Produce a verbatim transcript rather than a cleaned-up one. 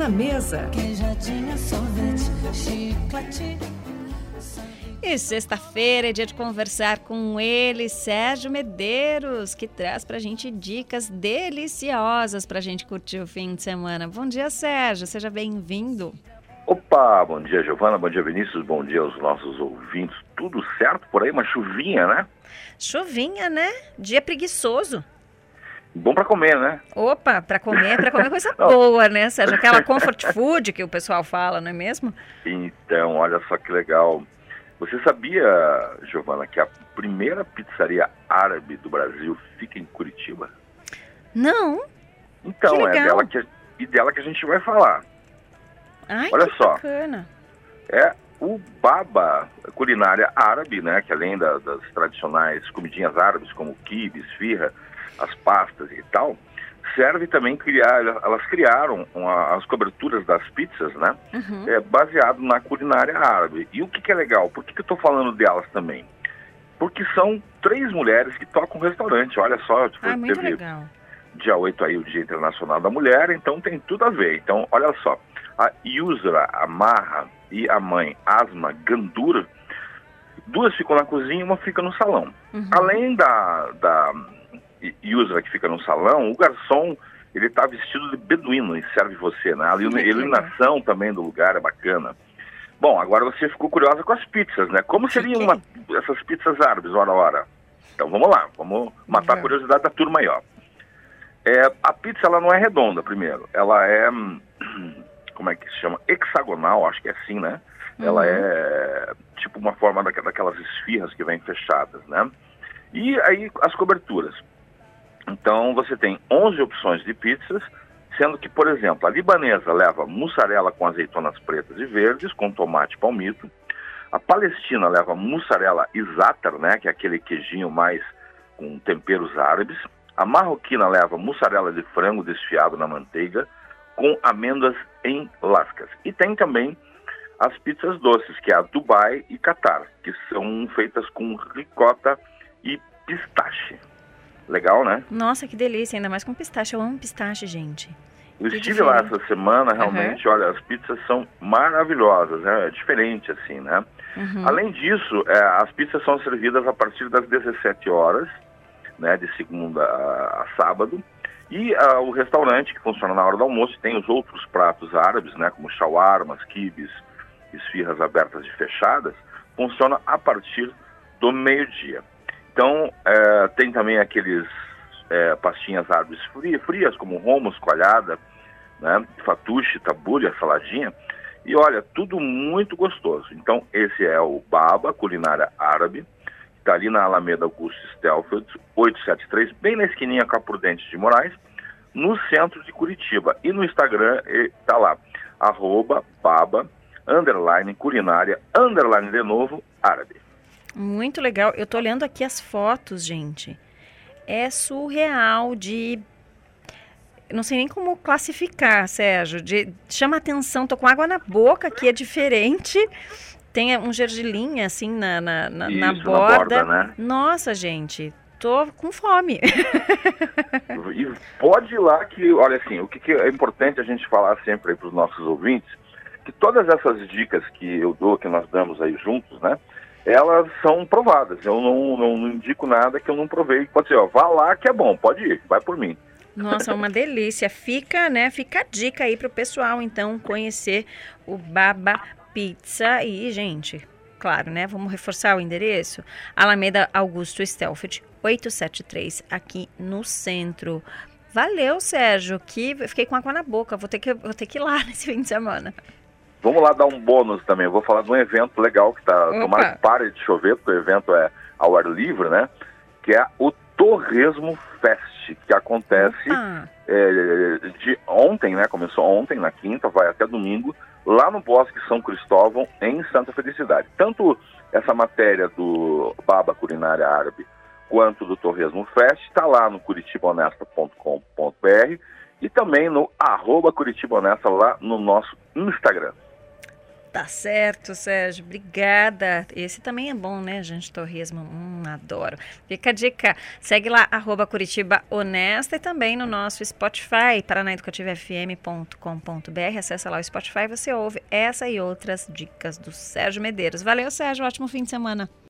na mesa. Queijadinha, sorvete, chiclete. E sexta-feira é dia de conversar com ele, Sérgio Medeiros, que traz pra gente dicas deliciosas pra gente curtir o fim de semana. Bom dia, Sérgio, seja bem-vindo. Opa, bom dia, Giovana, bom dia, Vinícius, bom dia aos nossos ouvintes. Tudo certo por aí? Uma chuvinha, né? Chuvinha, né? Dia preguiçoso. Bom pra comer, né? Opa, pra comer, pra comer coisa boa, né, Sérgio? Aquela comfort food que o pessoal fala, não é mesmo? Então, olha só que legal. Você sabia, Giovana, que a primeira pizzaria árabe do Brasil fica em Curitiba? Não. Então, que é legal. dela que, e dela que a gente vai falar. Ai, olha que só. bacana. É o Baba, culinária árabe, né? Que além da, das tradicionais comidinhas árabes, como quibe, esfirra, as pastas e tal, serve também criar, elas criaram uma, as coberturas das pizzas, né? Uhum. É, baseado na culinária árabe. E o que, que é legal? Por que, que eu estou falando delas também? Porque são três mulheres que tocam restaurante. Olha só, tipo, Ah, muito teve legal. dia oito aí o Dia Internacional da Mulher, então tem tudo a ver. Então, olha só, a Yusra, a Marra e a mãe Asma Gandur, duas ficam na cozinha e uma fica no salão. Uhum. Além da... da Yusra, que fica no salão, o garçom, ele tá vestido de beduíno e serve você, né? A iluminação também do lugar é bacana. Bom, agora você ficou curiosa com as pizzas, né? Como seriam uma, essas pizzas árabes, hora a hora? Então vamos lá, vamos matar a curiosidade da turma aí, ó. É, a pizza, ela não é redonda, primeiro. Ela é, como é que se chama? Hexagonal, acho que é assim, né? Uhum. Ela é tipo uma forma daquelas esfirras que vêm fechadas, né? E aí as coberturas. Então você tem onze opções de pizzas, sendo que, por exemplo, a libanesa leva mussarela com azeitonas pretas e verdes, com tomate e palmito. A palestina leva mussarela e za'atar, né, que é aquele queijinho mais com temperos árabes. A marroquina leva mussarela de frango desfiado na manteiga, com amêndoas em lascas. E tem também as pizzas doces, que é a Dubai e Qatar, que são feitas com ricota e pistache. Legal, né? Nossa, que delícia, ainda mais com pistache. Eu amo pistache, gente. Eu que estive lá diferente. essa semana, realmente, uhum. Olha, as pizzas são maravilhosas, é diferente assim, né? Uhum. Além disso, é, as pizzas são servidas a partir das dezessete horas, né, de segunda a, a sábado, e uh, o restaurante, que funciona na hora do almoço, tem os outros pratos árabes, né, como shawarmas, quibes, esfirras abertas e fechadas, funciona a partir do meio-dia. Então, é, tem também aqueles é, pastinhas árabes frias, frias, como hummus, coalhada, né, fatuche, tabule, saladinha. E olha, tudo muito gostoso. Então, esse é o Baba, culinária árabe, que está ali na Alameda Augusto Stelfeld, oitocentos e setenta e três, bem na esquininha com a Prudente de Moraes, no centro de Curitiba. E no Instagram está lá, arroba Baba, underline, culinária, underline de novo, árabe. Muito legal. Eu tô olhando aqui as fotos, gente. É surreal de... Eu não sei nem como classificar, Sérgio. De... Chama atenção, tô com água na boca, que é diferente. Tem um gergelim, assim, na, na, na, Isso, na borda. Na borda, né? Nossa, gente, tô com fome. E pode ir lá que, olha assim, o que, que é importante a gente falar sempre aí para os nossos ouvintes, que todas essas dicas que eu dou, que nós damos aí juntos, né? Elas são provadas. Eu não, não, não indico nada que eu não provei. Pode ser, ó, vá lá que é bom, pode ir, vai por mim. Nossa, uma delícia. Fica, né? Fica a dica aí pro pessoal, então, conhecer o Baba Pizza. E, gente, claro, né? Vamos reforçar o endereço. Alameda Augusto Stelfeld, oitocentos e setenta e três, aqui no centro. Valeu, Sérgio, que eu fiquei com água na boca. Vou ter que, vou ter que ir lá nesse fim de semana. Vamos lá dar um bônus também. Eu vou falar de um evento legal que tá... Opa. Tomara que pare de chover, porque o evento é ao ar livre, né? Que é o Torresmo Fest, que acontece é, de ontem, né? Começou ontem, na quinta, vai até domingo, lá no Bosque São Cristóvão, em Santa Felicidade. Tanto essa matéria do Baba Culinária Árabe quanto do Torresmo Fest está lá no curitiba honesta ponto com ponto br e também no arroba Curitiba Honesta lá no nosso Instagram. Tá certo, Sérgio. Obrigada. Esse também é bom, né, gente? Torresmo. Hum, adoro. Fica a dica. Segue lá, arroba Curitiba Honesta e também no nosso Spotify, paranaeducativa f m ponto com ponto b r. Acessa lá o Spotify e você ouve essa e outras dicas do Sérgio Medeiros. Valeu, Sérgio. Ótimo fim de semana.